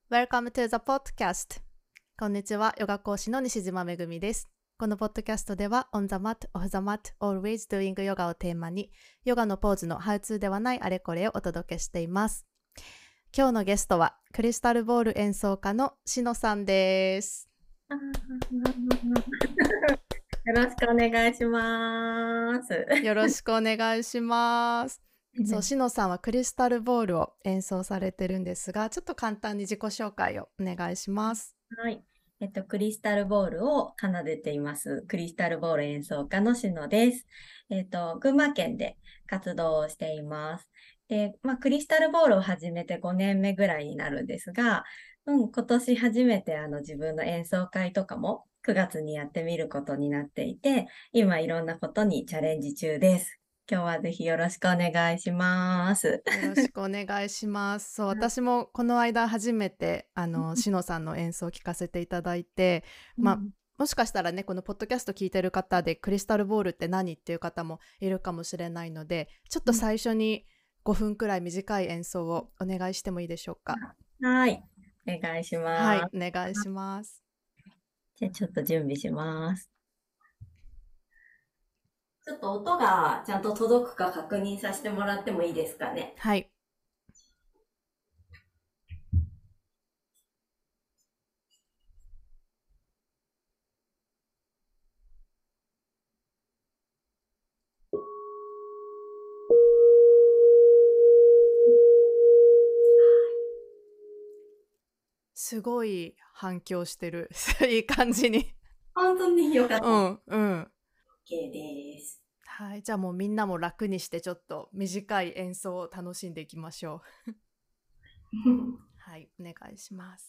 Welcome to the podcast. こんにちは、ヨガ講師の西島めぐみです。このポッドキャストでは On the mat, off the mat, always doing yoga をテーマにヨガのポーズのハウツーではないあれこれをお届けしています。今日のゲストはクリスタルボール演奏家のしのさんです。 よろしくお願いします。 よろしくお願いします。そう、しのさんはクリスタルボールを演奏されてるんですが、ちょっと簡単に自己紹介をお願いします。 はい。クリスタルボールを奏でています。クリスタルボール演奏家のしのです。群馬県で活動をしています。で、クリスタルボールを始めて5年目ぐらいになるんですが、今年初めて自分の演奏会とかも9月にやってみることになっていて、今いろんなことにチャレンジ中です。今日はぜひよろしくお願いします。 よろしくお願いします。そう、私もこの間初めてしのさんの演奏を聴かせていただいて、もしかしたらね、このポッドキャスト聞いてる方でクリスタルボールって何っていう方もいるかもしれないので、ちょっと最初に5分くらい短い演奏をお願いしてもいいでしょうか。 はい。お願いしはい、 ます。 お願いします。 じゃあちょっと準備します。ちょっと音がちゃんと届くか確認させてもらってもいいですかね。 はい。すごい反響してる。いい感じに。 本当によかった。 うんうん。 OK です。 はい、じゃあもうみんなも楽にしてちょっと短い演奏を楽しんでいきましょう。はい、お願いします。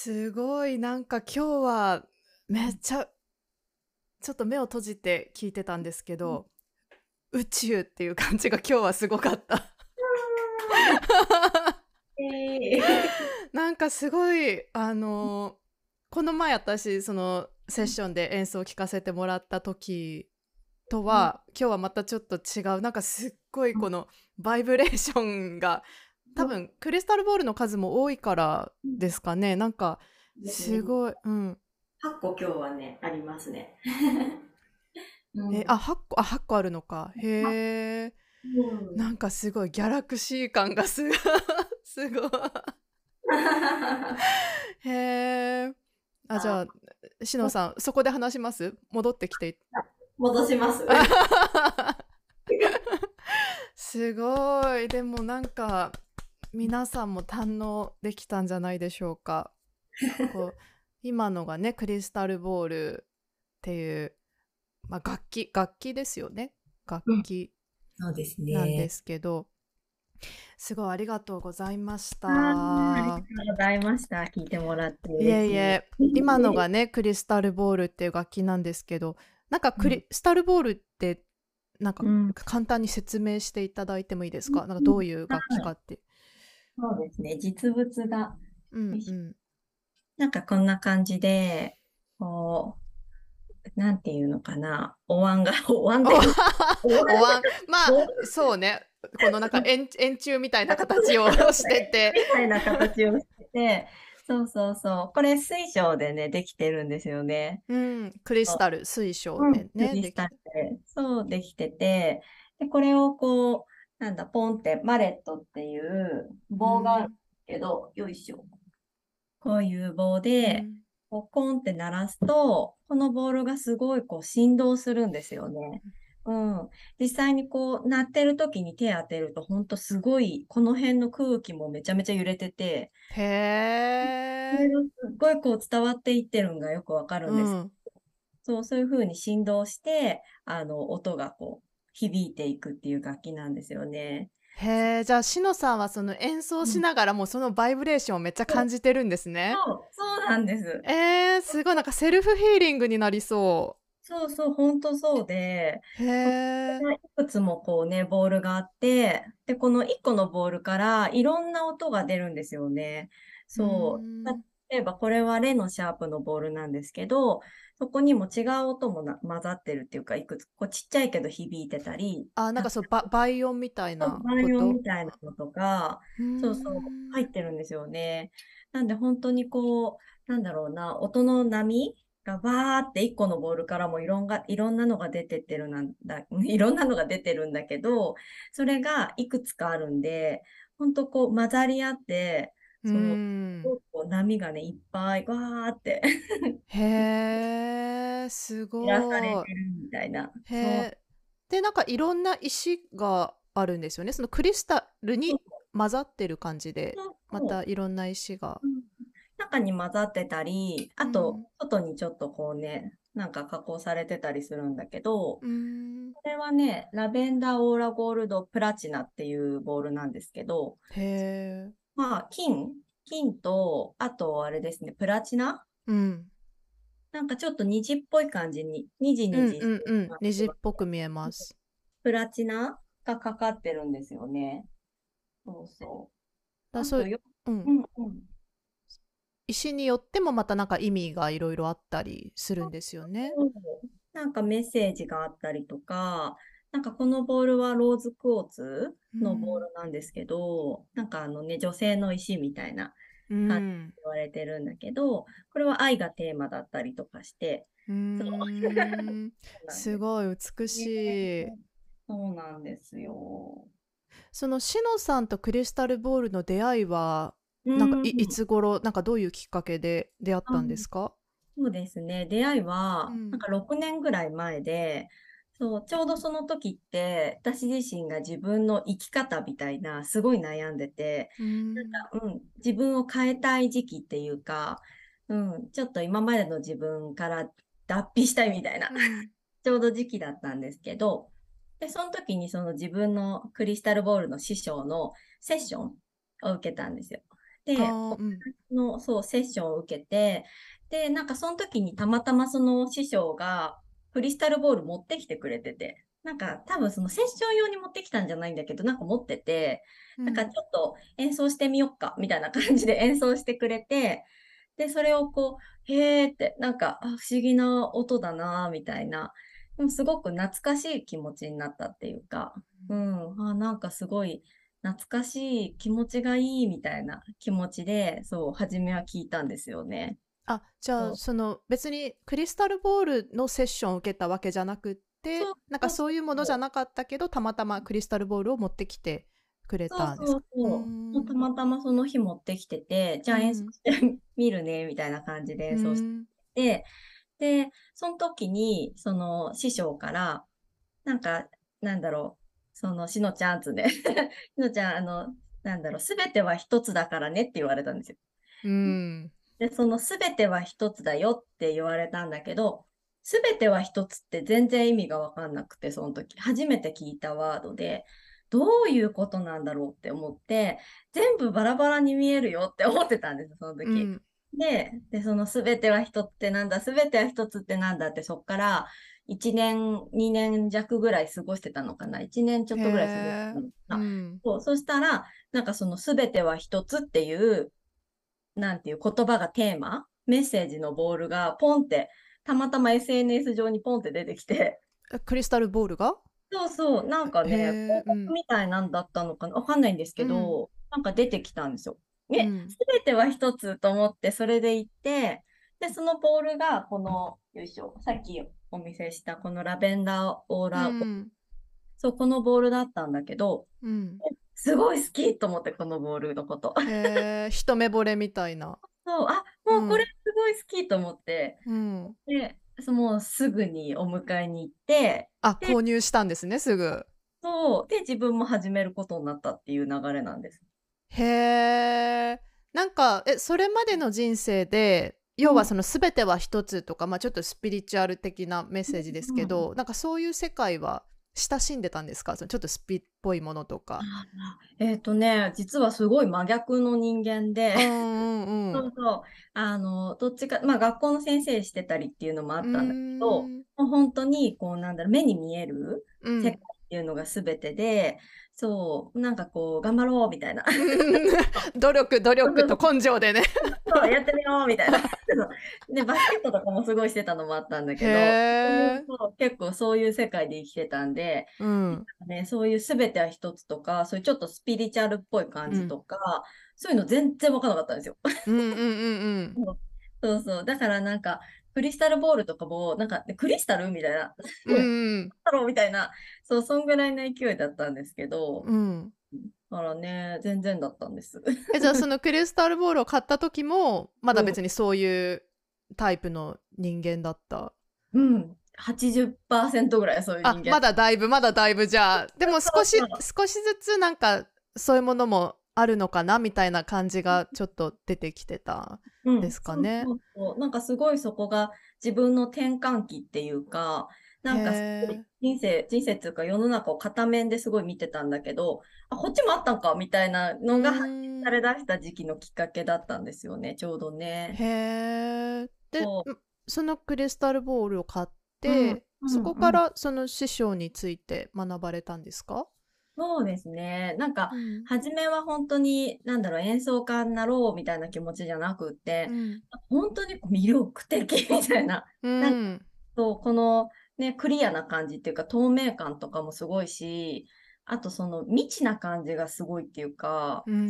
すごい、なんか今日はめっちゃちょっと目を閉じて聞いてたんですけど、宇宙っていう感じが今日はすごかった。なんかすごいこの前私そのセッションで演奏を聴かせてもらった時とは、今日はまたちょっと違う、なんかすっごいこのバイブレーションが多分クリスタルボールの数も多いからですかね。なんかすごい、 8個今日はね、ありますね。 8個あるのか。へえ。なんかすごいギャラクシー感がすごい。へえ。じゃあしのさんそこで話します？戻ってきて。 戻します。 すごい。でもなんか皆さんも堪能できたんじゃないでしょうか。こう今のがねクリスタルボールっていう、楽器ですよね。楽器そうですね。 なんですけど、すごいありがとうございました。 ありがとうございました。聞いてもらって嬉しい。 いえいえ、今のがねクリスタルボールっていう楽器なんですけど、なんかクリスタルボールってなんか簡単に説明していただいてもいいですか？なんかどういう楽器かって。 そうですね、実物が、なんかこんな感じで、こう、なんていうのかな、お椀で、お椀、 そうね、このなんか円柱みたいな形をしてて。 みたいな形をしてて、そうそうそう。これ水晶でね、できてるんですよね。 クリスタル、水晶でね。 クリスタルで、そうできてて、で、これをこう、なんだ、ポンって、マレットっていう棒があるけど、よいしょ。こういう棒で、こうコンって鳴らすと、このボールがすごいこう振動するんですよね。実際にこう鳴ってる時に手当てると、ほんとすごい、この辺の空気もめちゃめちゃ揺れてて、 へー。 それがすっごいこう伝わっていってるのがよくわかるんです。そういう風に振動して、音がこう響いていくっていう楽器なんですよね。 へえ、じゃあしのさんはその演奏しながらもそのバイブレーションをめっちゃ感じてるんですね。 そうなんです。 すごいなんかセルフヒーリングになりそう。 そうそう、ほんとそうで、 へえ。 いくつもこうね、ボールがあって、で、この1個のボールからいろんな音が出るんですよね。そう。例えばこれはレのシャープのボールなんですけど、そこにも違う音も混ざってるっていうか、いくつ、こうちっちゃいけど響いてたり、 なんかそう倍音みたいなバイオンこと。 みたいなのとか、そうそう、入ってるんですよね。なんで本当にこう、なんだろうな、音の波がバーって一個のボールからもいろんなのが出てってるなんだ、いろんなのが出てるんだけど、それがいくつかあるんで、本当こう混ざり合って、そう、こう波がね、いっぱいわーってへえ、す照らされごい。 てるみたいな。 へそう。 え。で、なんかいろんな石があるんですよね。そのクリスタルに混ざってる感じで、またいろんな石が。 中に混ざってたり、あと、外にちょっとこうね、なんか加工されてたりするんだけど、これはね、ラベンダーオーラゴールドプラチナっていうボールなんですけど、 へえ。 金と、あとあれですね、プラチナなんかちょっと虹っぽい感じに、虹虹っぽく見えます。 プラチナがかかってるんですよね。そうそう。 石によってもまたなんか意味がいろいろあったりするんですよね。 なんかメッセージがあったりとか、なんかこのボールはローズクォーツのボールなんですけど、なんか女性の石みたいな感じで言われてるんだけど、これは愛がテーマだったりとかして、 すごい美しい。 そうなんですよ。 そのしのさんとクリスタルボールの出会いはなんかいつ頃、なんかどういうきっかけで出会ったんですか？ そうですね。出会いは、なんか6年ぐらい前で、そう、ちょうどその時って、私自身が自分の生き方みたいな、すごい悩んでて、自分を変えたい時期っていうか、ちょっと今までの自分から脱皮したいみたいな、ちょうど時期だったんですけど、で、その時にその自分のクリスタルボールの師匠のセッションを受けたんですよ。 で、 うんそう、セッションを受けて、で、なんかその時にたまたまその師匠がクリスタルボール持ってきてくれてて、なんか多分そのセッション用に持ってきたんじゃないんだけど、なんか持ってて、なんかうんちょっと演奏してみよっか、みたいな感じで演奏してくれて、で、それをこう、へーって、なんか、不思議な音だな、みたいな。でもすごく懐かしい気持ちになったっていうか、なんかすごい懐かしい気持ちがいいみたいな気持ちで、そう、初めは聞いたんですよね。 じゃあそうその別にクリスタルボールのセッションを受けたわけじゃなくって、 そうなんかそうそういうものじゃなかったけどたまたまクリスタルボールを持ってきてくれそうたんですか？ そうそう。もうたまたまその日持ってきてて、じゃあ演奏うんしてみるね、みたいな感じでう演奏しんて、で、その時に、その師匠から、なんか、なんだろう、その、しのちゃんつね。しのちゃん、なんだろう、すべては一つだからねって言われたんですよ。 うんで、そのすべては一つだよって言われたんだけど、すべては一つって全然意味がわかんなくて、その時、初めて聞いたワードで、どういうことなんだろうって思って、全部バラバラに見えるよって思ってたんです、その時。 うんで、そのすべては一つってなんだ、すべては一つってなんだって、そっから1年、2年弱ぐらい過ごしてたのかな。1年ちょっへとぐらい過ごしてえたのかな。 うんそしたら、なんかそのすべては一つっていう、なんていう言葉がテーマ、メッセージのボールがポンって、たまたま SNS 上にポンって出てきて、 クリスタルボールがそうそう、なんかへね、広えうん告みたいなんだったのかな、わかんないんですうんけど、なんか出てきたんですよ。 うんすべては一つと思って、それで行って、で、そのボールが、この、よいしょ、さっきお見せした、このラベンダーオーうラ、 んそう、このボールだったんだけど、 うんすごい好きと思って、このボールのこと。 へえ一目惚れみたいなそう、もうこれうんすごい好きと思って、 うんで、もうすぐにお迎えに行って、で、 購入したんですねすぐそう、で、自分も始めることになったっていう流れなんです。 へえ。なんか、それまでの人生で、 うん。 要はその全ては一つとか、ちょっとスピリチュアル的なメッセージですうんうん。 けど、なんかそういう世界は親しんでたんですか？そのちょっとスピっぽいものとか。 実はすごい真逆の人間で、 うんうんうん。 そうそう。どっちか、まあ学校の先生してたりっていうのもあうったんだけど、 ーん。 もう本当に、こう、なんだろう、目に見える世界うん。 っていうのが全てで、そう、なんかこう、頑張ろうみたいな。 努力と根性でね。 そうやってみようみたいな。で、バスケットとかもすごいしてたのもあったんだへけど、 え。 そう結構そういう世界で生きてたんで、 うん。 ね、そういうすべては一つとか、そういうちょっとスピリチュアルっぽい感じうん。 とか、そういうの全然わからなかったんですよ。 うんうんうんうん。 そうそう。だからなんか、クリスタルボールとかも、なんか、クリスタルみたいな、 うんなんうん。 だろうみたいな、そう、そんぐらいの勢いだったんですけど、 うん。 だからね、全然だったんです。 じゃあそのクリスタルボールを買った時も、まだうん。 別にそういうタイプの人間だった？ うん。80%ぐらいそういう人間。 まだだいぶじゃあ、でもそうそう。 少しずつなんかそういうものもあるのかなみたいな感じがちょっと出てきてたでうん、そうすかね。 そうそう。なんかすごいそこが自分の転換期っていうか、 へなんかすごいえ。 人生っていうか世の中を片面ですごい見てたんだけど、こっちもあったんかみたいなうのが発見さーん。 れ出した時期のきっかけだったんですよね、ちょうどね。 へえ。で、 そそのクリスタルボールを買っう。うん、 て、 うん、 そこかうん。 らその師匠について学ばれたんですか？ そうですね。なんか、 うん。 初めは本当に、なんだろう、演奏家になろうみたいな気持ちじゃなくって、 うん。 本当に魅力的みたいな。 うなんかん。 そう、このね、クリアな感じっていうか、透明感とかもすごいし、あとその未知な感じがすごいっていうか、 うん。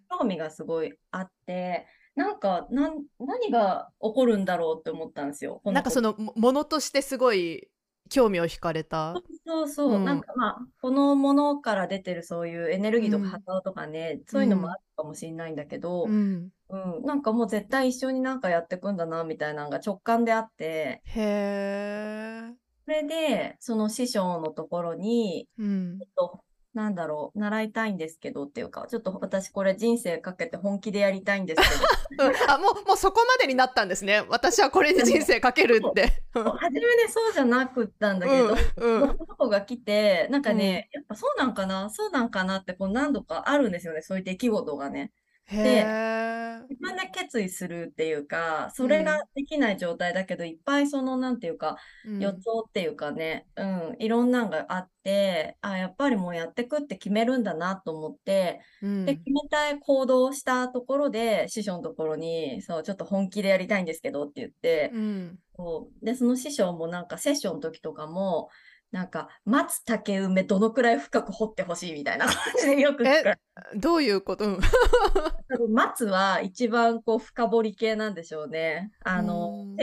興味がすごいあって、何が起こるんだろうって思ったんですよ、この子。 なんかそのものとしてすごい興味を惹かれた。 そうそう、なんうん。 かまあ、このものから出てるそういうエネルギーとか波うん。 動とかね、そういうのもあうん。 るかもしれないんだけど、 うん。 なんかもう絶対一緒になんかやっていくんだな、みたいなのが直感であって、 へえ。 それで、その師匠のところに、 うん。 ちょっと、なんだろう、習いたいんですけどっていうか、ちょっと私これ人生かけて本気でやりたいんですけど。 うん、もうそこまでになったんですね。私はこれに人生かけるそうって。 初めね、そうじゃなくったんだけど、 うんうんもうこの子が来て、なんうん。 かね、やっぱそうなんかなってこう何度かあるんですよね、そういう出来事がね。 へで、 え。 自分で決意するっていうか、それがうん。 できない状態だけど、いっぱいその、なんていうか、予うん。 兆っていうかね、いろんなのがあって、やっぱりもうやってくって決めるんだなと思って、で、 うん。 決めた行動をしたところで、師匠のところに、そう、ちょっと本気でやりたいんですけどって言って、 うん。 そうで、その師匠もなんかセッションの時とかも、なんか、松竹梅どのくらい深く掘ってほしいみたいな感じでよく聞かえ、 れて、 どういうこと？うん。 多分松は一番こう深掘り系なんでしょうね。 うん。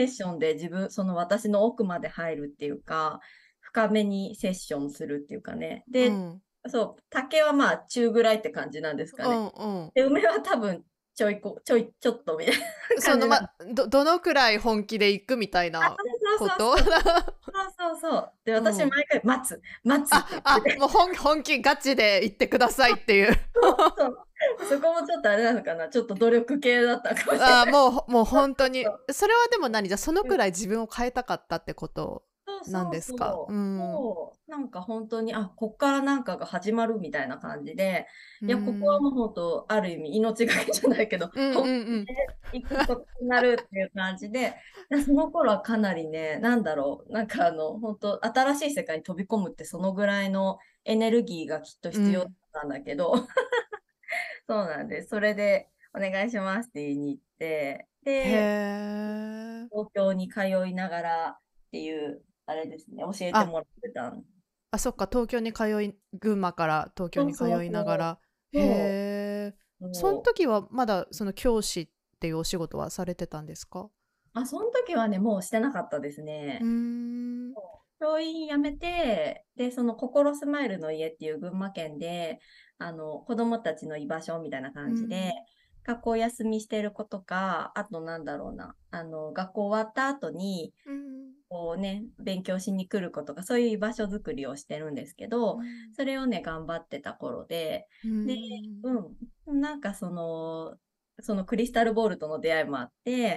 セッションでその私の奥まで入るっていうか、深めにセッションするっていうかね。で、 うん。 そう、竹はまあ中ぐらいって感じなんですかね。 うん。うん。 で、梅は多分ちょっとみたいなその、 感じなんで。 どのくらい本気で行くみたいなそうこと？ そうそうそう。そうそうそう。で、 うん。 私毎回待つって言ってて。 もう本気ガチで言ってくださいっていう。 そうそう。そこもちょっとあれなのかな。ちょっと努力系だったかもしれない。 もうそう本当に。 そうそう。 それはでもじゃあそのくらい自分を変えたかったってことなんそうそうですか？ そう。 うん。 そう。なんか本当に、こっからなんかが始まるみたいな感じで、 ういや、ここはん。 もう本当、ある意味、命がけじゃないけど、 うんうん本気うん。 で行くことになるっていう感じで、その頃はかなりね、なんだろう、なんか本当、新しい世界に飛び込むってそのぐらいのエネルギーがきっと必要だっうん。 たんだけど、そうなんです。それで、お願いしますって言いに行って、 へで、 え。 東京に通いながらっていう、あれですね、教えてあ、 もらってたん。 そっか、群馬から東京そうに通いながそうそう。 ら。へそうえ。そのそう。 時はまだその教師っていうお仕事はされてたんですか？ その時はね、もうしてなかったですうーね。 ん。 教員辞めて、で、その心スマイルの家っていう群馬県で、子供たちの居場所みたいなう感じで、 ん。 学校休みしてる子とか、あとなんだろうな、学校終わった後に、 うん。 こうね、勉強しに来る子とか、そういう居場所づくりをしてるんですけど、 うん。 それをね、頑張ってた頃で、 うで、 ん。 なんかそのクリスタルボールとの出会いもあって、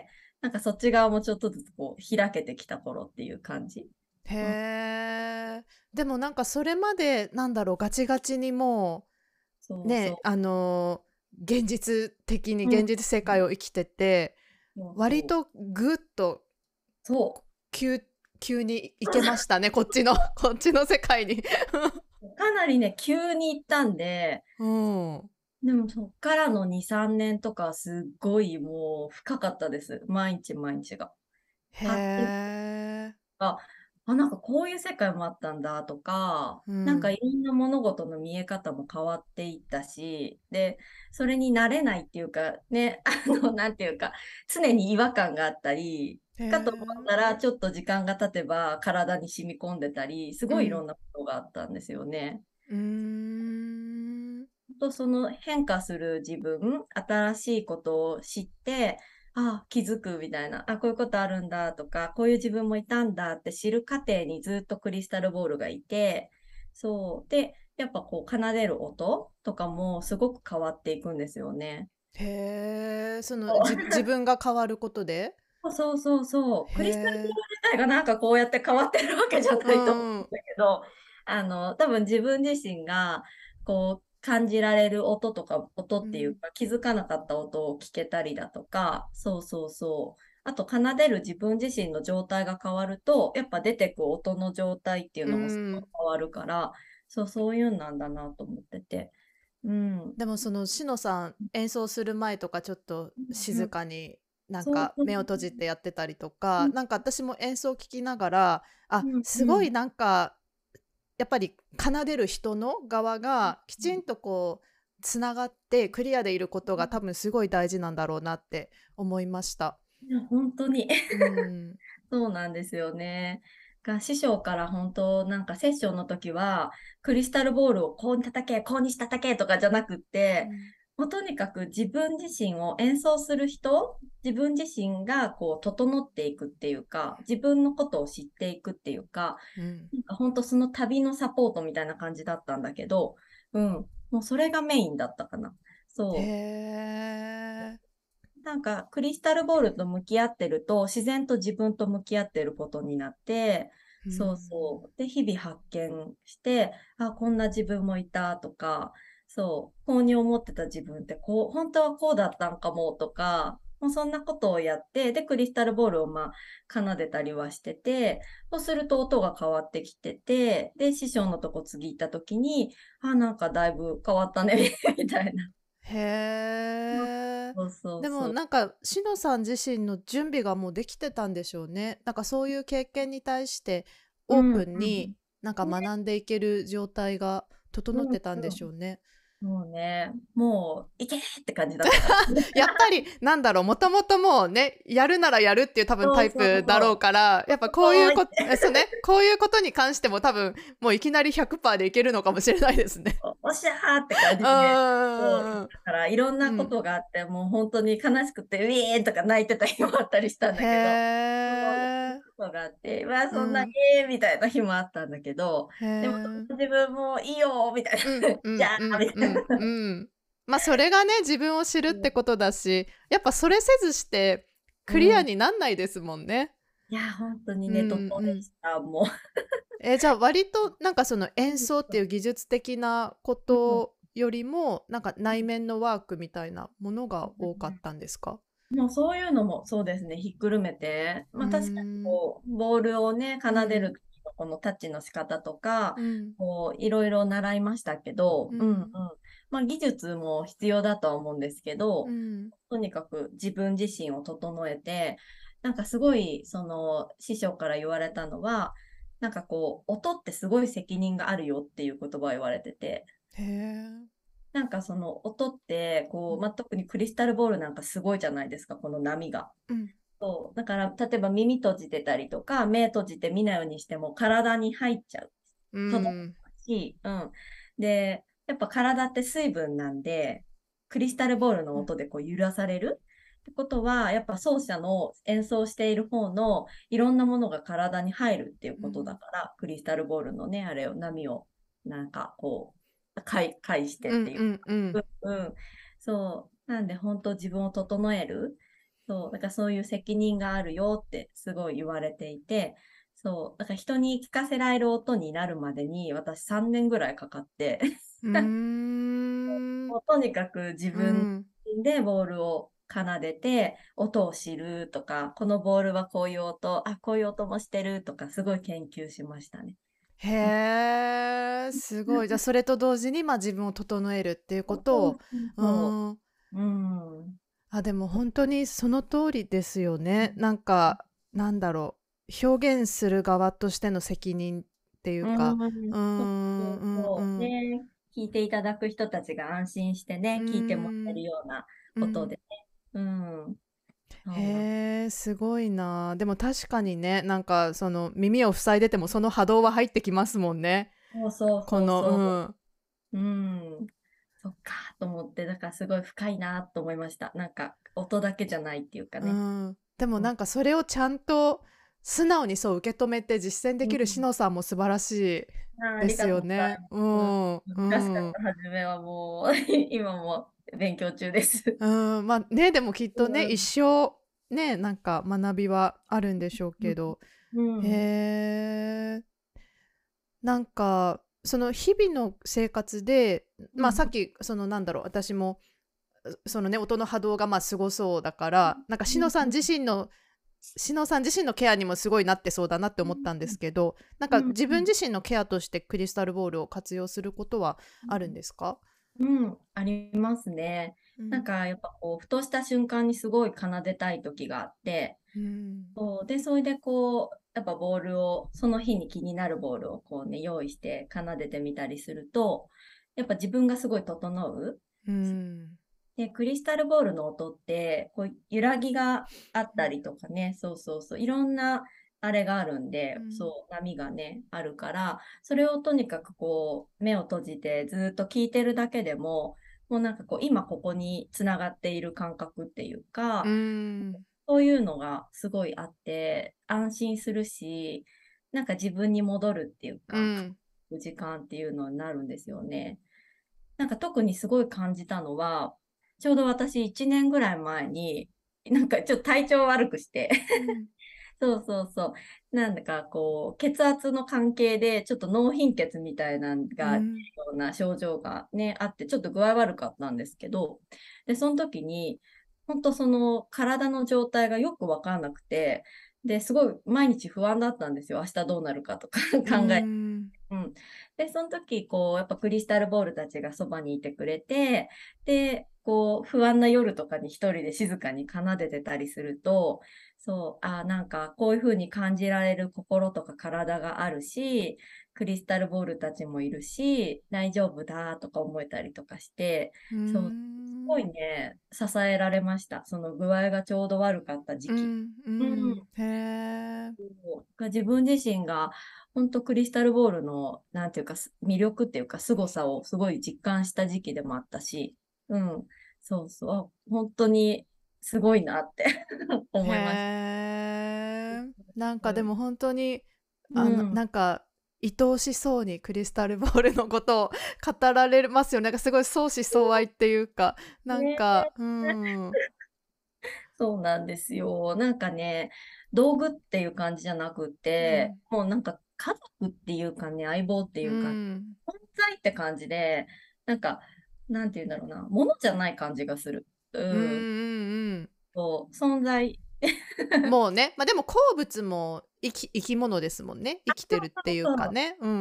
なんかそっち側もちょっとずつこう開けてきた頃っていう感じ。 へうん、 え。でもそれまでガチガチにもうね、 そうそ現実的にう。うん、 現実世界を生きてて、 そうそう。 割とぐっとそ急急に行けましたね、こっちのこっちの世界に。 う。かなりね、急に行ったんで、 うん。 でもそっからの2、3年とかすっごいもう深かったです。毎日毎日が。 へ発見え。 が、なんかこういう世界もあったんだとか、なんかうん。 いろんな物事の見え方も変わっていったし、で、それに慣れないっていうか、ね、なんていうか、常に違和感があったり、 へかと思ったえ。 ら、ちょっと時間が経てば体に染み込んでたり、すうん。 ごいいろんなことがあったんですよね。 うーん。 とその変化する自分、新しいことを知って、気づくみたいな、こういうことあるんだとか、こういう自分もいたんだって知る過程にずっとクリスタルボールがいて、そう。で、やっぱこう奏でる音とかもすごく変わっていくんですよね。 へえ。 そ自分が変わることで？ うそうそうそう。 へクリスタルボールえ。 自体がなんかこうやって変わってるわけじゃうないと思うんんうん。 だけど、多分自分自身がこう感じられる音とか、音うん。 っていうか気づかなかった音を聞けたりだとか、そうそうそう。あと奏でる自分自身の状態が変わると、やっぱ出てく音の状態っていううのもすごいん。 変わるから、そういうんなんだなと思ってて。うん。 でもしのさん演奏する前とかちょっと静うん、 かにそうそう目を閉じてやってたりとか、 うん、 私も演奏を聞きながら、 うん、うん。 すごいやっぱり奏でる人の側がきちんとつながってクリアでいることが多分すごい大事なんだろうなって思いました。 いや、本当に。 うん。 そうなんですよね。師匠から本当、なんかセッションの時は、クリスタルボールをこうに叩け、こうに叩けとかじゃなくって、 うん。 もうとにかく自分自身を演奏する人、自分自身がこう整っていくっていうか、自分のことを知っていくっていうか、 うん。 なんか本当その旅のサポートみたいな感じだったんだけど、もうそれがメインだったかな。 へそう。 え。 なんかクリスタルボールと向き合ってると自然と自分と向き合ってることになって、 うそうん。 そう。で、日々発見して、こんな自分もいたとか、 そう、こうに思ってた自分ってこう、本当はこうだったんかもとか、もうそんなことをやって、で、クリスタルボールを奏でたりはしてて、そうすると音が変わってきてて、で、師匠のとこ次行った時に、なんかだいぶ変わったね、みたいな。 へえ。 そうそうでもそう。 なんか、しのさん自身の準備がもうできてたんでしょうね。なんかそういう経験に対してオーうん、うん。 プンになんかね、 学んでいける状態が整っうん、 てたんでうん。 しょうね。 もうね、もう、いけーって感じだったから。 やっぱりなんだろう、もともともうね、やるならやるっていう多分タイそうそうプだろうそう。 から、やっぱこういうこおーいって。 と、そうね、こういうことに関しても多分もういきなり100%でいけるのかもしれないですね。 おっしゃーって感うじで、そう、 んうんだからいろんなこうん。 とがあって、もう本当に悲しくて、ウィーンとか泣いてた日もあったりしたんへだけど、そういろんなえ。 ことがあって、まあそんな、 うん。 みたいな日もあったんだけど、 へでもえ。 自分もいいよみたいうんな、じゃうんうあみたいな。 んうんうん。まあそれがね、自分を知るってことだし、やっぱそれせずしてうん。 クリアになんないですもんね。 いや、本当にうね、怒んうん。 涛でした、もじゃあ割となんかそのう。 演奏っていう技術的なこうん。 とよりも、なんか内面のワークみたいなものが多かったんですか？ もうそういうのもそうですね、ひっくるめて、 うー確かにん。 こう、ボールをね、奏でるうん。 時のこのタッチの仕方とか、 うん。 こう、いろいろ習いましたけど、うんうん。 うん。 技術も必要だとは思うんですけど、 うん。 とにかく自分自身を整えて、なんかすごい、師匠から言われたのは、なんかこう、音ってすごい責任があるよっていう言葉を言われてて、 へえ。 なんかその音って、こう、 うん。 特にクリスタルボールなんかすごいじゃないですか、この波が。 うん。 そう。だから、例えば耳閉じてたりとか、目閉じて見ないようにしても体に入っちゃう。 う届ん。 くし、うん。で、やっぱ体って水分なんで、クリスタルボールの音でこう揺らされるってことは、やっぱ奏者の演奏している方のいろんなものが体に入るっていうことだうん。 から、クリスタルボールのね、あれを、波を、なんかこう、介してっていう。 うんうんうん。 うん。そう。なんで、本当自分を整える。そう。だからそういう責任があるよってすごい言われていて、そう。だから人に聞かせられる音になるまでに私3年ぐらいかかって、 うーん。 もうとにかく自分うん。 でボールを奏でて、音を知るとか、このボールはこういう音、こういう音もしてるとか、すごい研究しましたね。 へえ、すごい。じゃあ、それと同時に、ま、自分を整えるっていうそうことを、 そううそーん。 う。うん。 あ、でも本当にその通りですよね。なんか、なんだろう、表現する側としての責任っていううか、 ん、 うーそうん、 そううんうそう。 ん。 ね、聞いていただく人たちが安心してうーね、聞いてもらえるん、 ようなうん。 ことでね。うん、そうなん。 へえ、すごいな。でも確かにね、なんかその耳を塞いでてもその波動は入ってきますもんね。 そうそうそうこの、 そうん。 う。うん、そっかと思って、だからすごい深いなと思いました。なんか、音だけじゃないっていうかうね。 ん。でもうん、 なんかそれをちゃんと素直にそう受け止めて実践できるしうん。 のさんも素晴らしいですありがとうございよね。うます。 ん。ううん、難しかっん。 た初めはもう今も勉強中です。 うん。まあね、でもきっとね、一うん、 生ね、なんか学びはあるんでしょううん、 けど。 うん、 へえ。なんか、その日々の生活で、まあさっうん、 きそのなんだろう、私もそのね、音の波動がまあすごそうだから、なんかうん、 しのさん自身のケアにもすごいなってそうだなって思ったんですけど、なんかうん、 自分自身のケアとしてクリスタルボールを活用することはあるんですか？ うん、ありますね。 うん。 なんかやっぱこう、ふとした瞬間にすごい奏でたい時があって、 うん。 そうで、それでこう、やっぱボールを、その日に気になるボールをこうね、用意して奏でてみたりすると、やっぱ自分がすごい整う。 うん。 で、クリスタルボールの音って、こう、揺らぎがあったりとかね、そうそうそう、いろんなあれがあるんで、 うん。 そう、波がね、あるから、それをとにかくこう、目を閉じてずっと聞いてるだけでも、もうなんかこう、今ここにつながっている感覚っていううか、 ん。 そういうのがすごいあって、安心するし、なんか自分に戻るっていうか、 うん。 時間っていうのになるんですよね。なんか特にすごい感じたのは、ちょうど私1年ぐらい前に、なんかちょっと体調悪くして、 うん。 そうそうそう。なんだかこう、血圧の関係で、ちょっと脳貧血みたいなのが、ようん。 うな症状がね、あって、ちょっと具合悪かったんですけど、で、その時に、本当その体の状態がよくわかんなくて、で、すごい毎日不安だったんですよ。明日どうなるかとかう考え、 ん。 うん。で、その時、こう、やっぱクリスタルボールたちがそばにいてくれて、で、こう、不安な夜とかに一人で静かに奏でてたりすると、そう、なんか、こういう風に感じられる心とか体があるし、クリスタルボールたちもいるし、大丈夫だとか思えたりとかして、 うそう、すごん。 いね、支えられました。その具合がちょうど悪かった時期。 うん。ううん。 ん。へえ。 自分自身が本当クリスタルボールのなんていうか魅力っていうか凄さをすごい実感した時期でもあったし、うん、そうそう、本当にすごいなって思いました。 へえ。なんうん、 かでも本当に、 うん、 なんか、愛おしそうにクリスタルボールのことを語られますよね。なんかすごい相思相愛っていうか、なんね、 か、うん。 そうなんですよ。なんかね、道具っていう感じじゃなくて、 うん。 もうなんか家族っていうかね、相棒ってういうか、 ん。 存在って感じで、なんか、なんて言うんだろうな、ものじゃない感じがする。 うんううん、 んうん。 そう、存在。 もうね、ま、でも好物も生き物ですもんね。生きてるっていうそうかね。うん。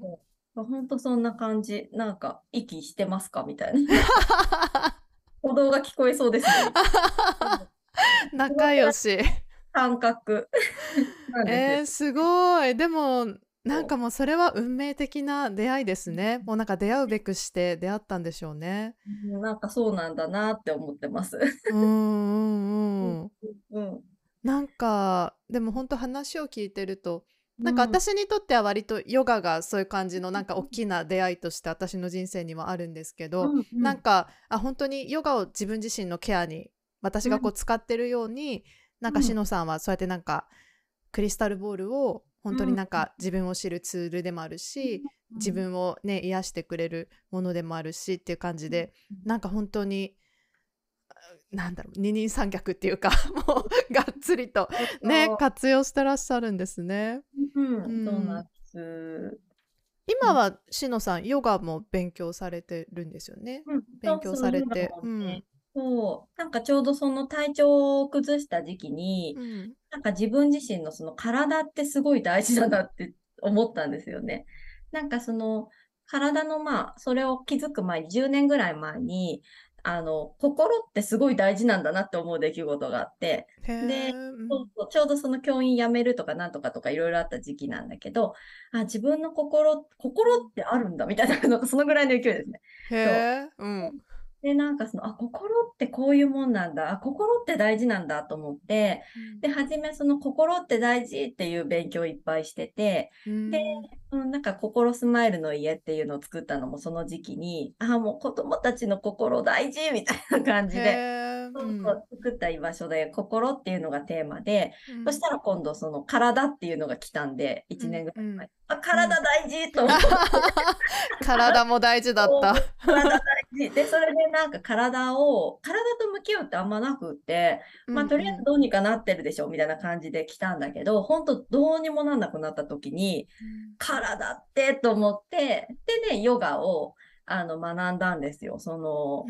そう、ほんとそんな感じ。なんか、息してますかみたいな。鼓動が聞こえそうですね、みたいな。そのくらい仲良し。 感覚なんですよ。 すごい。でも、なんかもうそれは運命的な出会いですね。もうなんか出会うべくして出会ったんでしょうね。 なんかそうなんだなって思ってます。 うんううん、 んうん。 うん、 なんか、でも本当話を聞いてると、なんかうん、 私にとっては割とヨガがそういう感じのなんか大きな出会いとして私の人生にはあるんですけど、 うん、うん、 なんか、本当にヨガを自分自身のケアに私うん、 がこう使ってるように、なんかしうん、 のさんはそうやってなんかクリスタルボールを本当にうん、 なんか自分を知るツールでもあるし、自分をね、癒してくれるものでもあるしっていう感じで、なんか本当になんだろう、二人三脚っていうかもうがっつりとね、 そ活用してらっしゃるんですね。 う、うん、そうなんうん。 です。 今はしのさん、ヨガも勉強されてるんですよね。 うん、 勉強そうそう、ヨガされて。 もね、 うん。 そう、なんかちょうどその体調を崩した時期に、 うん。 なんか自分自身のその体ってすごい大事だなって思ったんですよね。なんかその体のそれを気づく前に、10年ぐらい前に、心ってすごい大事なんだなって思う出来事があって、 へで、 え。うん。 そうそう、ちょうどその教員辞めるとかなんとかとかいろいろあった時期なんだけど、自分の心ってあるんだみたいな、なんかそのぐらいの勢いですね。 へそう。 え。うん。 で、なんかその、心ってこういうもんなんだ。心って大事なんだと思って、 うん。 で、初めその心って大事っていう勉強をいっぱいしてて、 うで、 ん。 なんか心スマイルの家っていうのを作ったのもその時期に、もう子供たちの心大事みたいな感へじで、 え。うん。 そうそう、作った居場所で、心っていうのがテーマで、 うん。 そしたら今度その体っていうのが来たんで、1 うん。 年ぐらい前。 うん。うん。 体大事と思って、 体も大事だった。 体大事。で、それでなんか体と向き合うってあんまなくって、 うんとりあえずうん。 どうにかなってるでしょみたいな感じで来たんだけど、本当どうにもなんなくなった時に、 うん。 体ってと思って、でね、ヨガを学んだんですよ。その、 うん。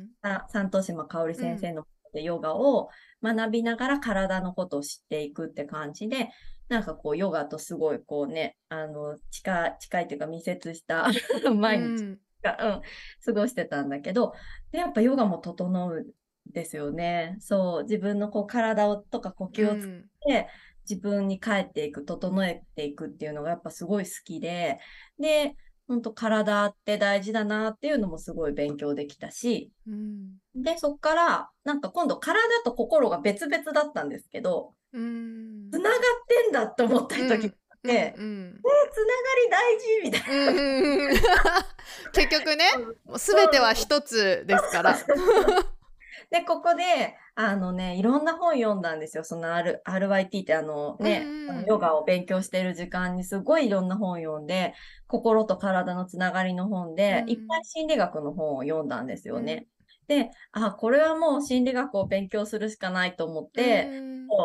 三戸島香織うん。 先生のでヨガを学びながら体のことを知っていくって感じで、なんかこうヨガとすごいこうね、近いというか密接したう毎日ん。 が、過ごしてたんだけど、で、やっぱヨガも整うんですよね。そう、自分のこう体をとか呼吸をつけうん。 て、自分に帰っていく、整えていくっていうのがやっぱすごい好きで、で、本当体って大事だなっていうのもすごい勉強できたし、 うん。 で、そっから、なんか今度体と心が別々だったんですけど、 うん。 つながってんだって思った時がうん。 あっうん。 て、 うん。 つながり大事みたいうんうんうん。結局ね、 な。 もう全てはそう一つですから。 で、ここで、いろんな本読んだんですよ。その RYT ってうんヨうん。 ガを勉強している時間にすごいいろんな本読んで、心と体のつながりの本うで、いっぱいん。 心理学の本を読んだんですうん。 よね。で、これはもう心理学を勉強するしかないと思っうて、 ん。 こう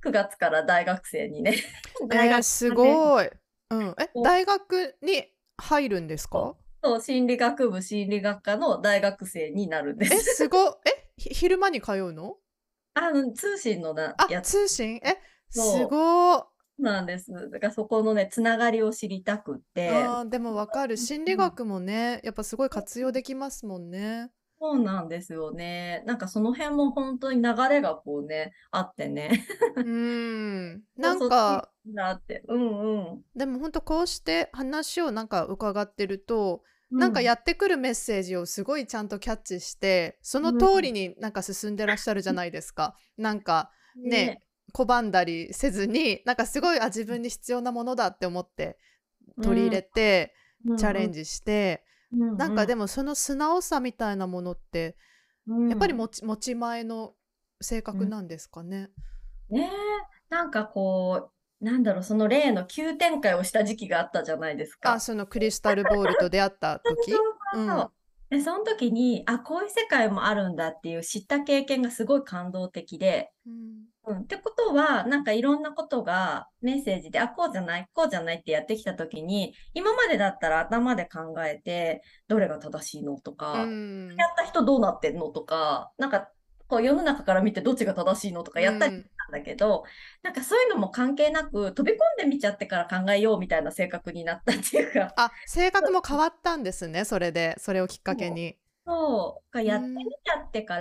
9月から大学生にね、大学す 3年ごい。 を大学に入るんですか？ そう心理学部心理学科の大学生になるんです。 すごい。昼間に通うの？ 通信のあ、 やつ。 通信すそごい。 うなんです。だからそこのね、つながりを知りたくって、 でもわかる。心理学もね、やっぱすごい活用できますもんね。 そうなんですよね。なんかその辺も本当に流れがこうね、あってね。 なんそっちか、 だって。うんうん。 でも本当こうして話をなんか伺ってると、なんかうん。 やってくるメッセージをすごいちゃんとキャッチして、そのうん。 通りになんか進んでらっしゃるじゃないですか。なんかね、 ね。 拒んだりせずに、なんかすごい、自分に必要なものだって思ってうん。 取り入れて、 うんうん。 チャレンジして、なんうんうん。 かでもその素直さみたいなものって、 うやっぱりん。 持ち前の性うん。 格なんですかね。 ねえ。なんかこう、なんだろう、その例の急展開をした時期があったじゃないですか。 そのクリスタルボールと出会ったそう時。 そうそうそう。で、その時に、こういう世界もあるんだっていう知った経験がすごい感動的で、 うん。 ってことは、なんかいろんなことがメッセージで、こうじゃない、こうじゃないってやってきたときに、今までだったら頭で考えて、どれが正しいのとうか、やん。 った人どうなってんのとか、なんか、こう世の中から見てどっちが正しいのとかやったりしうん。 たんだけど、なんかそういうのも関係なく、飛び込んでみちゃってから考えようみたいな性格になったっていうか、 性格も変わったんですね、それで。それをきっかけそうに。 やってみうん。 ちゃってから、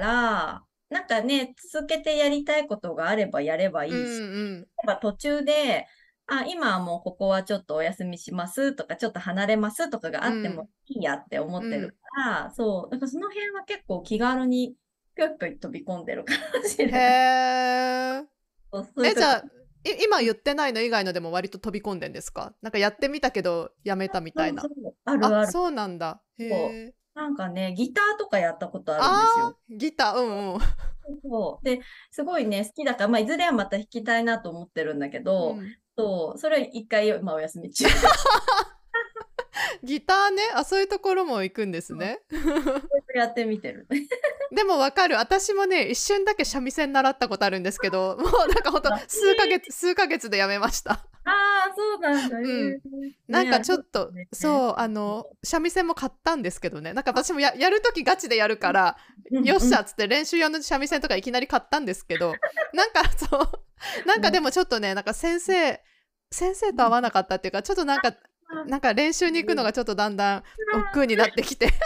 なんかね、続けてやりたいことがあればやればうんいいし、 うん。 例えば途中で、今はもうここはちょっとお休みしますとか、ちょっと離れますとかがあってもうん。 いいやって思ってるうん。 から、そう、だからその辺は結構気軽にぴょいぴょい飛び込んでるかもしれへない。 え。 そういうとこ。 じゃあ、今言ってないの以外のでも割と飛び込んでんですか？なんかやってみたけどやめたみたいな。 そうそう、あるある。 そうなんだ。 そうへえ。 なんかね、ギターとかやったことあるんですよ。 ギター、うんうん。 そうで、すごいね、好きだから、まあ、いずれはまた弾きたいなと思ってるんだけど、 うん。 それは一回、今お休み中。 ギターね。そういうところも行くんですね。 やってみてる。 でもわかる。私もね、一瞬だけ三味線習ったことあるんですけど、もうなんかほんと数ヶ月でやめました。 そうなんだ。 うん。なんね、 かありますちょっと、 ね。 そう、三味線も買ったんですけどね。なんか私もやるときガチでやるから、よっしゃっつって練習用の三味線とかいきなり買ったんですけど、なんかそう、なんかでもちょっとね、なんか先生と合わなかったっていうか、ちょっとなんか練習に行くのがちょっとだんだん億劫になってきて、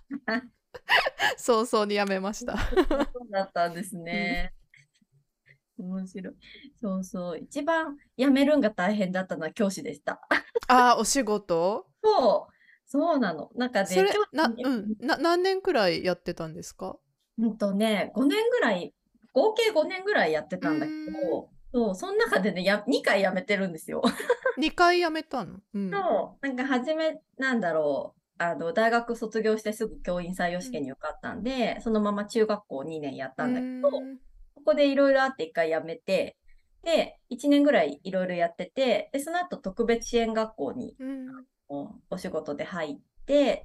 早々にやめました。 そうだったんですうん。 ね。面白い。そうそう。一番辞めるんが大変だったのは教師でした。 お仕事。 そうなの。なんかね、 それ、 教師、 何年くらいやってたんですか？ 5年ぐらい、合計5年ぐらいやってうーたんだけん。 ど、その中でね、2回辞めてるんですよ。 2回辞めたの？うん。 なんかなんだろう、大学卒業してすぐ教員採用うん。 試験に受かったんで、そのまま中学校2年やっうーたんだけど、 ん。 ここでいろいろあって1回辞めて、で、1年ぐらいいろいろやってて、で、その後特別支援学校にうん。 お仕事で入って、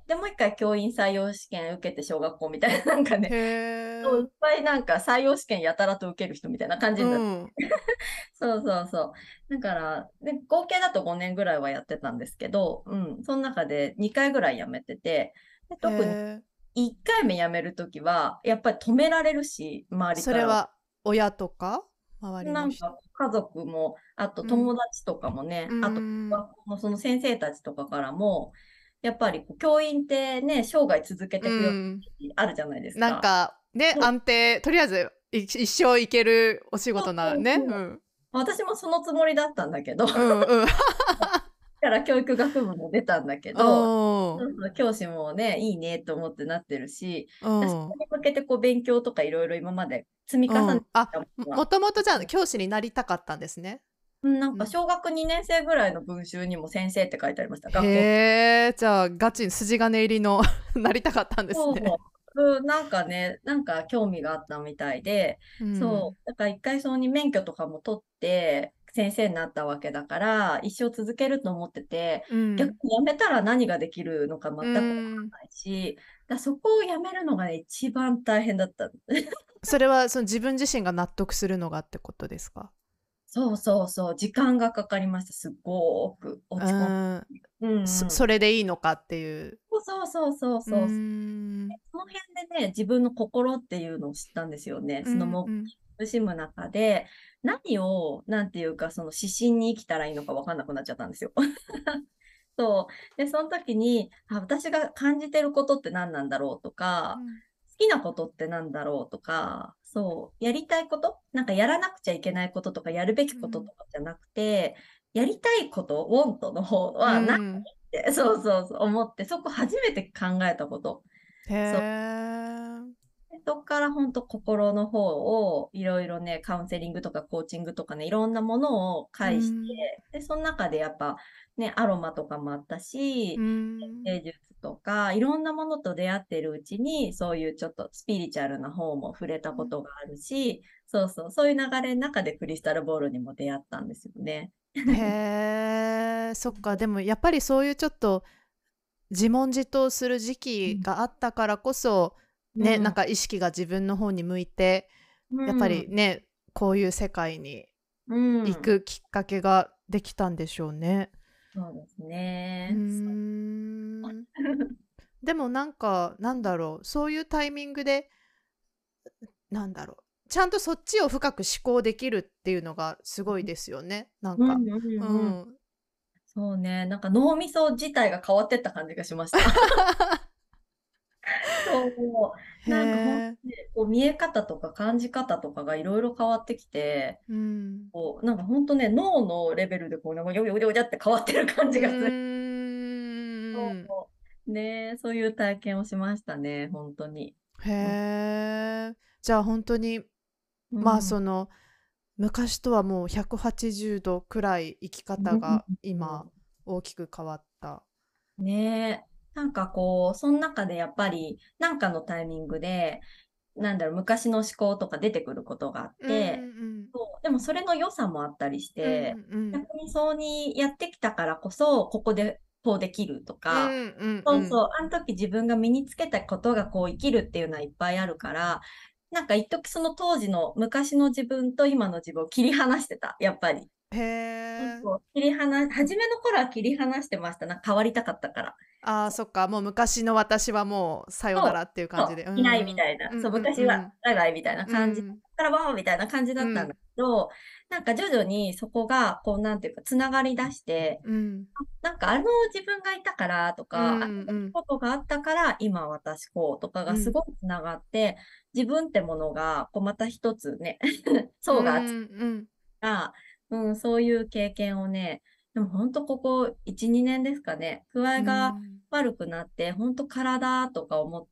で、もう一回教員採用試験受けて小学校みたいな、なんかへね、いっえ。 ぱいなんか採用試験やたらと受ける人みたいな感じになって。 うん。 そうそうそう。だから、で、合計だと5年ぐらいはやってたんですけど、その中で2回ぐらい辞めてて、でへ特にえ。 1回目辞めるときは、やっぱり止められるし、周りからは。 それは親とか周りの人。 なんか家族も、あとうん。 友達とかもうね、あとーん。 学校のその先生たちとかからも、やっぱりこう教員ってね、生涯続けうていくよん。 ってあるじゃないですなんか。 かね、 そう安定、とりあえず一生いけるお仕そう事なね。うそうそう。 ん。 私もそのつもりだったんだけど、 うんうん。 から教育学部も出たんだけうど、 ん。 そうそう教師もね、いいねと思ってなってるし、 うそこん。 に向けてこう勉強とかいろいろ今まで積み重ねてうん。 きたものは、 もともとじゃあ教師になりたかったんですね。 なんかうん。 小学2年生ぐらいの文集にも先生って書いてありました、学校。 へえ、じゃあガチに筋金入りのなりたかったんですね。 なんかね、なんか興味があったみたいで、 うん。 だから一回そうに免許とかも取って先生になったわけだから、一生続けると思ってて、 うん。 逆に辞めたら何ができるのかう全くわからん。 ないし、そこを辞めるのがね、一番大変だった。 それはその自分自身が納得するのがってことですか？ そうそうそう、時間がかかりました。すごくう落ち込んーん、 うんうん。 それでいいのかっていう。 そうそうそううーそうそう。 ん、 その辺でね、自分の心っていうのを知ったんですよね。 うそのもんうん。 苦しむ中で、何を、なんていうか、その指針に生きたらいいのか分かんなくなっちゃったんですよ。そう。で、その時に、私が感じてることって何なんだろうとか、 うん好きなことって何だろうとか、そう、やりたいこと、なんかやらなくちゃいけないこととか、やるべきことうんとかじゃなくて、やりたいこと、ウォントの方うは何っん。 て、そうそうそう思って、そこ初めて考えたこと。 へそうえ。 でそこから本当心の方をいろいろね、カウンセリングとかコーチングとかね、いろんなものをう介しんて、で、その中でやっぱね、アロマとかもあったうし、 ん。 芸術とか、いろんなものと出会ってるうちに、そういうちょっとスピリチュアルな方も触れたことがあるし、そうそう、そういう流れの中でクリスタルボールにも出会ったんですよね。 へえ、そっか。でもやっぱりそういうちょっと自問自答する時期があったからこそ、ね、なんうん、 か意識が自分の方に向いて、 うやっぱん、 りね、こういう世界にう行ん、 くきっかけができたんでしょうね。 そうですうーね。 ん。でもなんか、なんだろう、そういうタイミングで、なんだろう、ちゃんとそっちを深く思考できるっていうのがすごいですよね。なんか。 うん、うん、うん。 うん。 そうね、なんか脳みそ自体が変わってった感じがしました。そう、 へなんか本え。 当にこう見え方とか感じ方とかがいろいろ変わってきて、 うん。 こうなんか本当ね、脳のレベルでこう、なんかよよよよって変わってる感うじがする。 ーん。 そうね、そういう体験をしましたね、本当に。 へうん、 え。じゃあ本当に、まあうん、 その、昔とはもう180度くらい生きう方が今ん大きく変わった。 ね、なんかこう、その中でやっぱり、なんかのタイミングで、なんだろう、昔の思考とか出てくることがあっうんて、 うんそうでもそれの良さもあったりしうんて、 うん逆にそうにやってきたからこそ、ここでこうできるとか、 うんうんうんそうそう、あの時自分が身につけたことがこう生きるっていうのはいっぱいあるから、なんか一時その当時の昔の自分と今の自分を切り離してた、やっぱり。 へえ。 そう初めの頃は切り離してました。なんか変わりたかったから。 ああ、そっか、もう昔の私はもうさよなそう、 らっていうそう、 感じで。うんいないみうんたいな。そう、 うん昔はうん長いみたいなう感じ。 んからわーみたいな感じだったんだうんけど、なんか徐々にそこが、こう、なんていうか、つながり出して、 うんなんか自分がいたからとうんか、 うんうんことがあったから今私こうとかがすうんごくつながって、自分ってものが、こうまた一つね、 う層が厚いんから、うん、そういう経験をね、でも本当ここ1、2年ですかね、具合うがん悪くなって、本当体とか思って、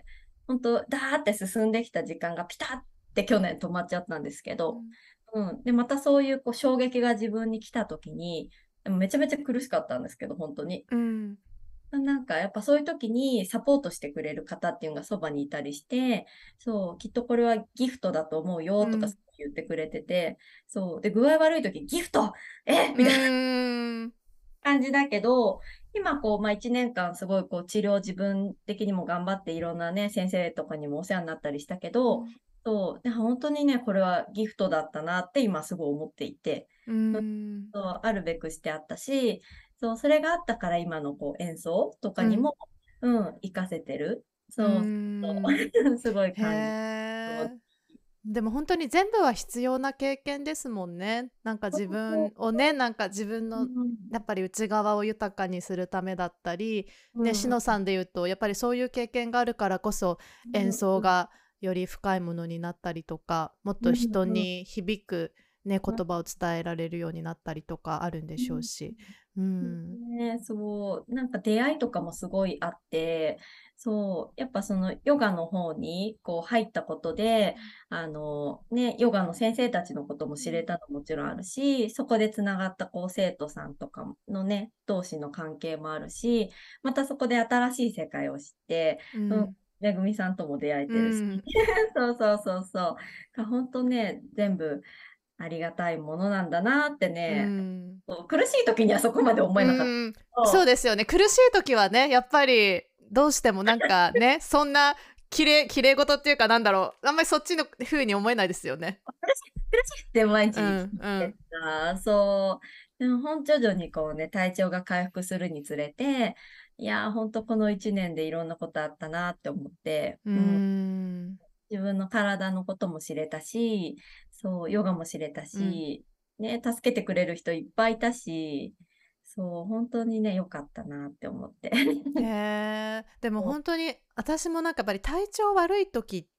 本当ダーって進んできた時間がピタッて去年止まっちゃったんですけど、うん。で、またそういうこう衝撃が自分に来た時に、でもめちゃめちゃ苦しかったんですけど、本当に。 うんなんかやっぱそういう時にサポートしてくれる方っていうのがそばにいたりして、そう、きっとこれはギフトだと思うよとかうん言ってくれてて、そう、で、具合悪い時ギフトうみたいなん感じだけど、今こう、まあ1年間すごいこう治療自分的にも頑張っていろんなね、先生とかにもお世話になったりしたけど、そう、で、本当にね、これはギフトだったなって今すごい思っていて、 うんそう、あるべくしてあったし、そう、それがあったから今のこう演奏とかうんにも、うん、活かせてる。 うそう、そんうすごいへ感じ。 え。でも本当に全部は必要な経験ですもんね。なんか自分をね、なんか自分のうん、 やっぱり内側を豊かにするためだったり、ね、しうん、うん、 のさんで言うとやっぱりそういう経験があるからこそ演奏がより深いものになったりとか、もっうん、 と人うん、 に響く、ね、 うん、 言葉を伝えられるようになったりとかあるんでしょうし。うん。 ね、そう、なんか出会いとかもすごいあって、そう、やっぱそのヨガの方にこう入ったことで、ね、ヨガの先生たちのことも知れたのもちろんあるし、そこでつながったこう生徒さんとかのね、同士の関係もあるし、またそこで新しい世界を知って、うん、 うんめぐみさんとも出会えうてるし、 んそうそうそうそう。本当ね、全部ありがたいものなんだなってうね、 んそう苦しい時にはそこまで思うえなかったけん、そうど。 ですよね。苦しい時はね、やっぱりどうしてもなんかね、そんな綺麗事っていうか、なんだろう、あんまりそっちの風に思えないですよね。 苦しい、苦しいって毎日う言っんうん。 てた。そう。でも、徐々にこうね、体調が回復するにつれて、いやー、本当この1年でいろんなことあったなって思って、 うーうん、 ん。 自分の体のことも知れたし、そう、ヨガも知れたうん。 し、ね、助けてくれる人いっぱいいたし、そう、本当にね、良かったなって思って。 へえ。でもそ本当に私もなんかやっぱり体調悪い時って、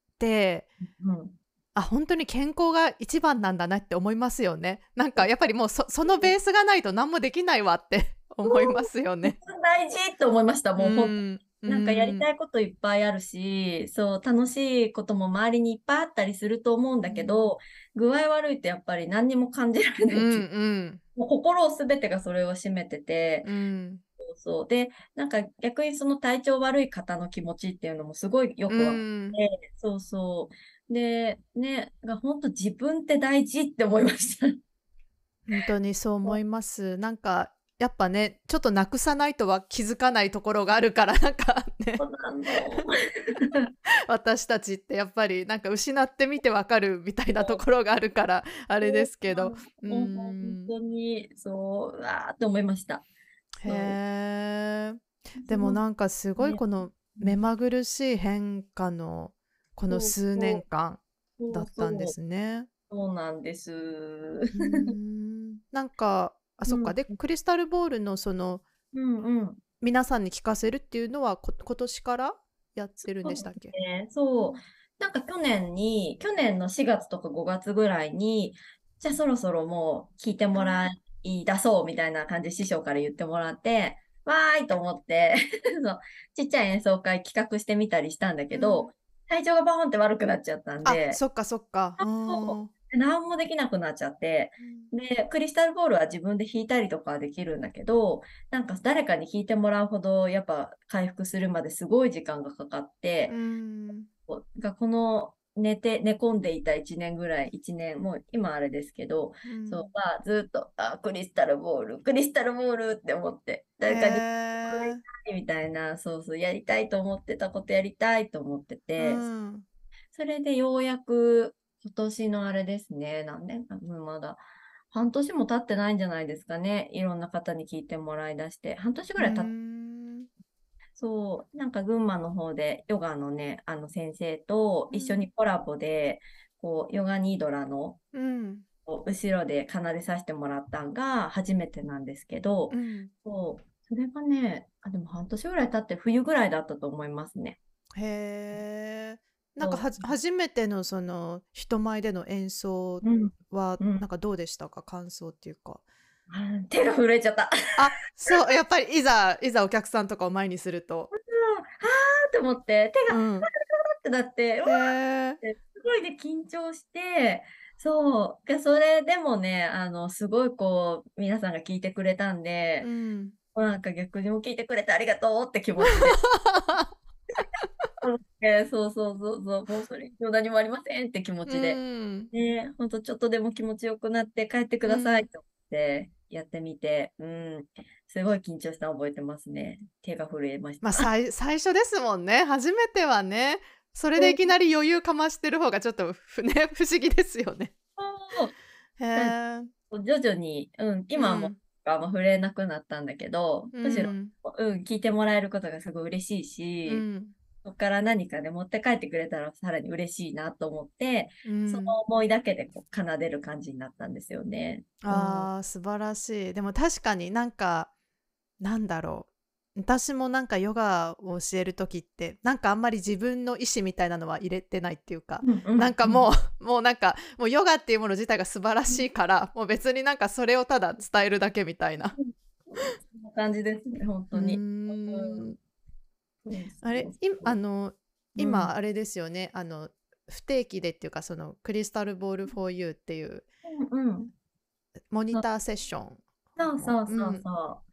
う、うん。 あ、本当に健康が一番なんだなって思いますよね。なんかやっぱりもうそのベースがないと何もできないわって思いますよ一ね。 番大事と思いました。 うもう本ん、うなんかやりん、 たいこといっぱいあるし、そう、楽しいことも周りにいっぱいあったりすると思うんだけど、具合悪いとやっぱり何にも感じられなうん、 いっていう、 うん、 もう心すべてがそれを占めてて、 うん、 そうそう。で、なんか逆にその体調悪い方の気持ちっていうのもすごいようくわかっん。 て、そうそう。で、ね、本当自分って大事って思いました。 本当にそう思います。なんかやっぱね、ちょっとなくさないとは気づかないところがあるから、なんかね、 そうなの。 私たちってやっぱりなんか失ってみてわかるみたいなところがあるからあれでそうすけど、 なの。 うーもう本ん。 当に、そう、うわーって思いました。 へそえ。 う。 でもなんかすごいね、 この目うん、 まぐるしい変化のこのそう数年そう、 間だそうったんでそう、 すね。 そうなんです。 うーん。なんか、あ、そっか。 うん、 で、クリスタルボールのそのうんうん。 皆さんに聞かせるっていうのは今年からやってるんそうででしたっけ？ すね。そう。なんか去年の4月とか5月ぐらいに、じゃあそろそろもう聞いてもらい出そうみたいな感じで師匠から言ってもらって、わーいと思ってそう、ちっちゃい演奏会企画してみたりしたんだうん。 けど、体調がバーンって悪くなっちゃったんあ、 で、 そっかそっか。うーん。 何もできなくなっちゃって、で、クリスタルボールは自分で弾いたりとかはできるんだけど、なんか誰かに弾いてもらうほど、やっぱ回復するまですごい時間がかかっうて、 ん。 この寝込んでいた1年ぐらい、1年、もう今あれですけど、そう、 うん。 まあ、ずっと、クリスタルボール、クリスタルボールって思って、 へ誰かにやえ。 りたいみたいな、そうそう、やりたいと思ってたことやりたいと思ってうて、 ん。 それでようやく今年のあれですね、何年か、まだ半年も経ってないんじゃないですかね。いろんな方に聞いてもらいだして、半年ぐうらい経っん。 そう、なんか群馬の方でヨガのね、先生と一緒うん。 にコラボで、こう、ヨガニードラのうん。 こう後ろで奏でさせてもらったんが初めてなんですけど、 うん。 そう、それがね、でも半年ぐらい経って冬ぐらいだったと思いますね。 へえ。なんかそ初めてのその人前での演奏う、うん、 はうん。 なんかどうでしたか？感想っていうか。 手が震えちゃった。 あ、そう、やっぱりいざお客さんとかを前にすると。 って思って、手がうん。 ってなって、うわへえ。 ーって、すごいね、緊張して、そう、それでもね、すごいこう、皆さんが聞いてくれたんで、 うん。 なんか逆にも聞いてくれてありがとうって気持ちで、そうそうそうそう、もうそれ以上何もありませんって気持うちで、 ん。 ね、ほんとちょっとでも気持ちよくなって帰ってくださいうん。 と思ってやってみて、うん、すごい緊張したの覚えてますね。手が震えましまあ、 た。 最初ですもんね。初めてはね。それでいきなり余裕かましてる方がちょっとね、不思議ですよね。 そうへなんかえ。 徐々に、今はもううん。 触れなくなったんだけど、 うむしろ、 ん。 聞いてもらえることがすごい嬉しいし、 うん。 そこから何かで持って帰ってくれたらさらに嬉しいなと思って、そのうん。 思いだけでこう奏でる感じになったんですよね。うん。 ああ、素晴らしい。でも確かになんか、なんだろう。私もなんかヨガを教える時って、なんかあんまり自分の意思みたいなのは入れてないっていうか、 うんうんうん。 なんかもう、もうなんか、もうヨガっていうもの自体が素晴らしいから、もう別になんかそれをただ伝えるだけみたいな。 そんな感じですね、本うー当に。うん。 ん。 そうあれ、 そうそう。うん。 今あれですよね。不定期でっていうか、そのクリスタルボール for you っていううんうん。 モニターセッションそうも。 そうそううん。 そう。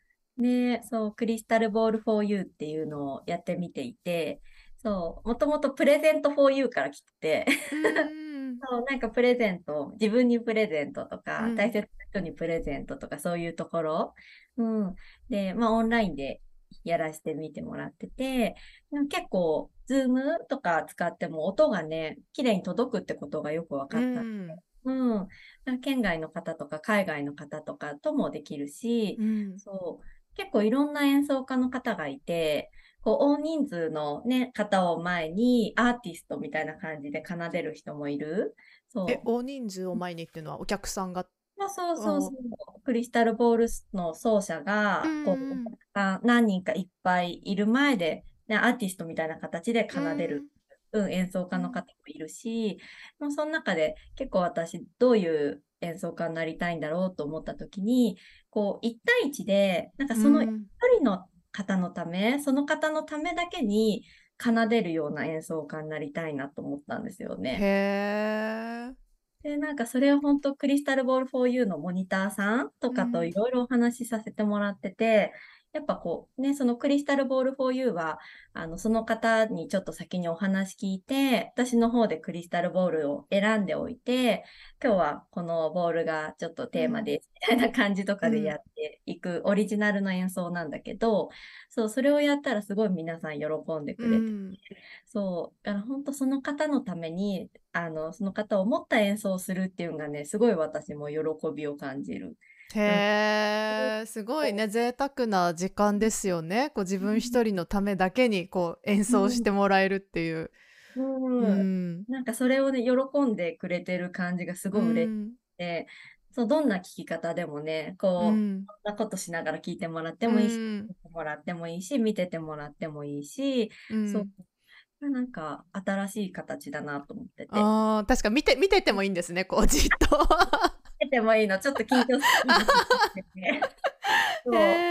で、そう、クリスタルボール for you っていうのをやってみていて、そう、もともとプレゼント for you から来てて、 うーん。 そう、なんかプレゼント、自分にプレゼントとか、大うん。 切な人にプレゼントとか、そういうところ。うん。で、まあ、オンラインでやらせてみてもらってて、でも結構、ズームとか使っても音がね、綺麗に届くってことがよく分うかった。 ん。 うん。だから県外の方とか海外の方とかともできるし、 うん。 そう、結構いろんな演奏家の方がいて、こう大人数のね、方を前にアーティストみたいな感じで奏でる人もいる。そう。 大人数を前にっていうのはお客さんが。 そうそうそうそあう。クリスタルボールの奏者うが、こう、おん。 客さん何人かいっぱいいる前で、ね、アーティストみたいな形でうん。 奏でる、うん、演奏家のうん。 方もいるし、もうその中で結構私、どういう演奏家になりたいんだろうと思った時に、こう、一対一で、なんかその一うん。 人の方のため、その方のためだけに奏でるような演奏家になりたいなと思ったんですよへね。 え。 で、なんかそれを本当クリスタルボール for You のモニターさんとかとうん。 いろいろお話しさせてもらってて、やっぱこうね、そのクリスタルボール for You は、その方にちょっと先にお話聞いて、私の方でクリスタルボールを選んでおいて、今日はこのボールがちょっとテーマうん。 ですみたいな感じとかでやうん。 っていくオリジナルの演奏なんだけど、そう、それをやったらすごい皆さん喜んでうくれて、 ん。 そう、だから本当その方のために、その方を思った演奏をするっていうのがね、すごい私も喜びを感じる。うん。 へえ、すごいね、贅沢な時間ですよね。こう自分一人のためだけにこう演奏してもらえるっていう。ううん。 ん。 なんかそれをね、喜んでくれてる感じがすうごい嬉しくん。 て、そう、どんな聞き方でもね、こう、 うん。 こんなことしながら聞いてもらってうもいいし、 ん。 聞いてもらってもいいし、見ててもらってもいいし、そうん。 う、なんか新しい形だなと思ってて。 ああ、確か見ててもいいんですね、こうじっと。 見ててもいいの、ちょっと緊張するんですね。 へそう。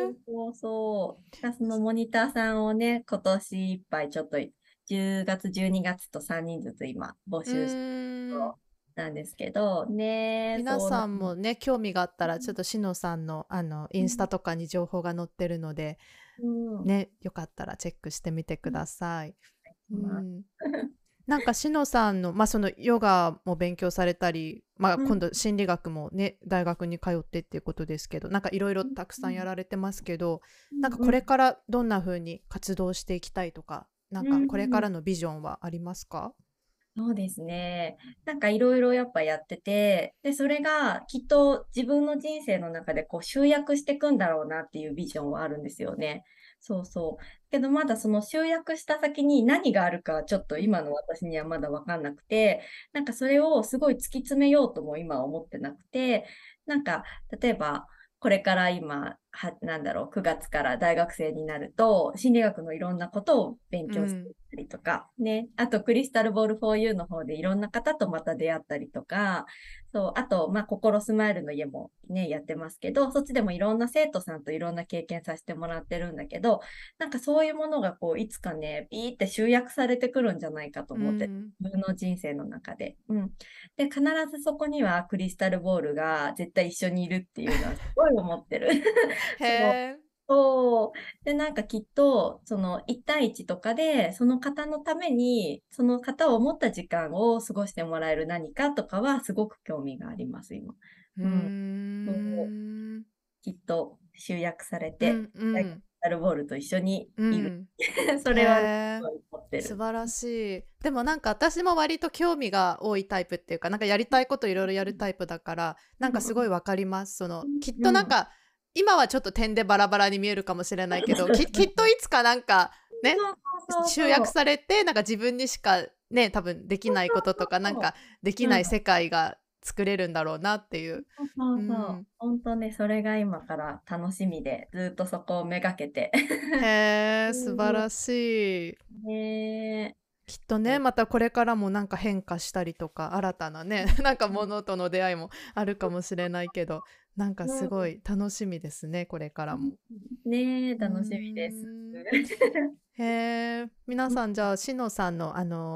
そえ。 うそうそう。そのモニターさんをね、今年いっぱいちょっと10月、12月と3人ずつ今募う集してるとこーん。 ろなんですけど、ね、 皆そうなさんもね、興味があったら、ちょっとしのさんの、インスタとかに情報が載ってるので、 うん、うん、 ね、よかったらチェックしてみてください。うまあ、 ん。なんかしのさんの、そのヨガも勉強されたり、 うん、 今度心理学もね、大学に通ってっていうことですけど、なんかいろいろうん、 たくさんやられてますけど、なんかうん、 これからどんな風に活動していきたいとか、なんうん、 かこれかうん。 らのビジョンはありますか？ そうですね。なんかいろいろやっぱやってて、で、それがきっと自分の人生の中でこう集約していくんだろうなっていうビジョンはあるんですよね。そうそう。けどまだその集約した先に何があるかちょっとうん。 今の私にはまだわかんなくて、なんかそれをすごい突き詰めようとも今は思ってなくて、なんか例えばこれから今、なんだろう、9月から大学生になると、心理学のいろんなことを勉強していうん。 ったりとか、ね、あとクリスタルボール for You の方でいろんな方とまた出会ったりとか、そう、あと、心スマイルの家もね、やってますけど、そっちでもいろんな生徒さんといろんな経験させてもらってるんだけど、なんかそういうものがこう、いつかね、ビーって集約されてくるんじゃないかとう思って、 ん。 自分の人生の中で。うん。で、必ずそこにはクリスタルボールが絶対一緒にいるっていうのはすごい思ってる。 へそう。 え。 そう。で、なんかきっと、その1対1とかで、その方のために、その方を思った時間を過ごしてもらえる何かとかはすごく興味があります、今。 うーうん。そう。 ん。 きっと集約されて、 うんうダイヤん。 ルボールと一緒にいる。 うん。 そへれはね、すえ。 ごい思ってる。 素晴らしい。でもなんか私も割と興味が多いタイプっていうか、なんかやりたいこといろいろやるタイプだから、なんかすごいわかります。きっうん。うん。 となんか、今はちょっと点でバラバラに見えるかもしれないけど、きっといつかなんかね、 そうそう集約そう。 されて、なんか自分にしかね、多分できないこととか、なんかできうん。 ない世界が作れるんだろうなっていう。 そうそうそう。 うん。 本当ね、それが今から楽しみで、ずっとそこをめがけて。 へえ、素晴うん。 らしい。 ねえ。 きっとね、またこれからもなんか変化したりとか、新たなね、なんかものとの出会いもあるかもしれないけど、なんかすごうん。 い楽しみですね、これからも。 ねえ、 うー楽しみです。 ん。へえ、皆さんじゃあ、しのさんの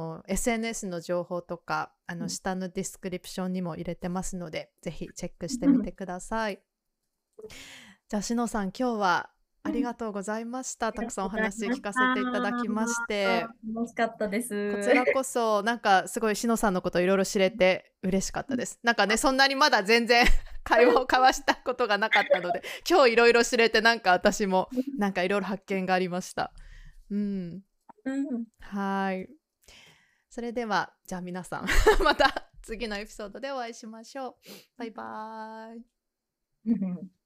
SNS の情報とか、下のディスクリプションにも入れてますので、ぜひチェックしてみてください。じゃあ、しのさん、今日はありがとうございました。たくさんお話聞かせていただきましあて。 楽しかったでこす。 ちらこそ、なんかすごいしのさんのこといろいろ知れて嬉しかったです。なんかね、そんなにまだ全然会話を交わしたことがなかったので、今日いろいろ知れて、なんか私もなんかいろいろ発見がありました。うん。 うん。 はい。それでは、じゃあ皆さん、また次のエピソードでお会いしましょう。バイバーイ。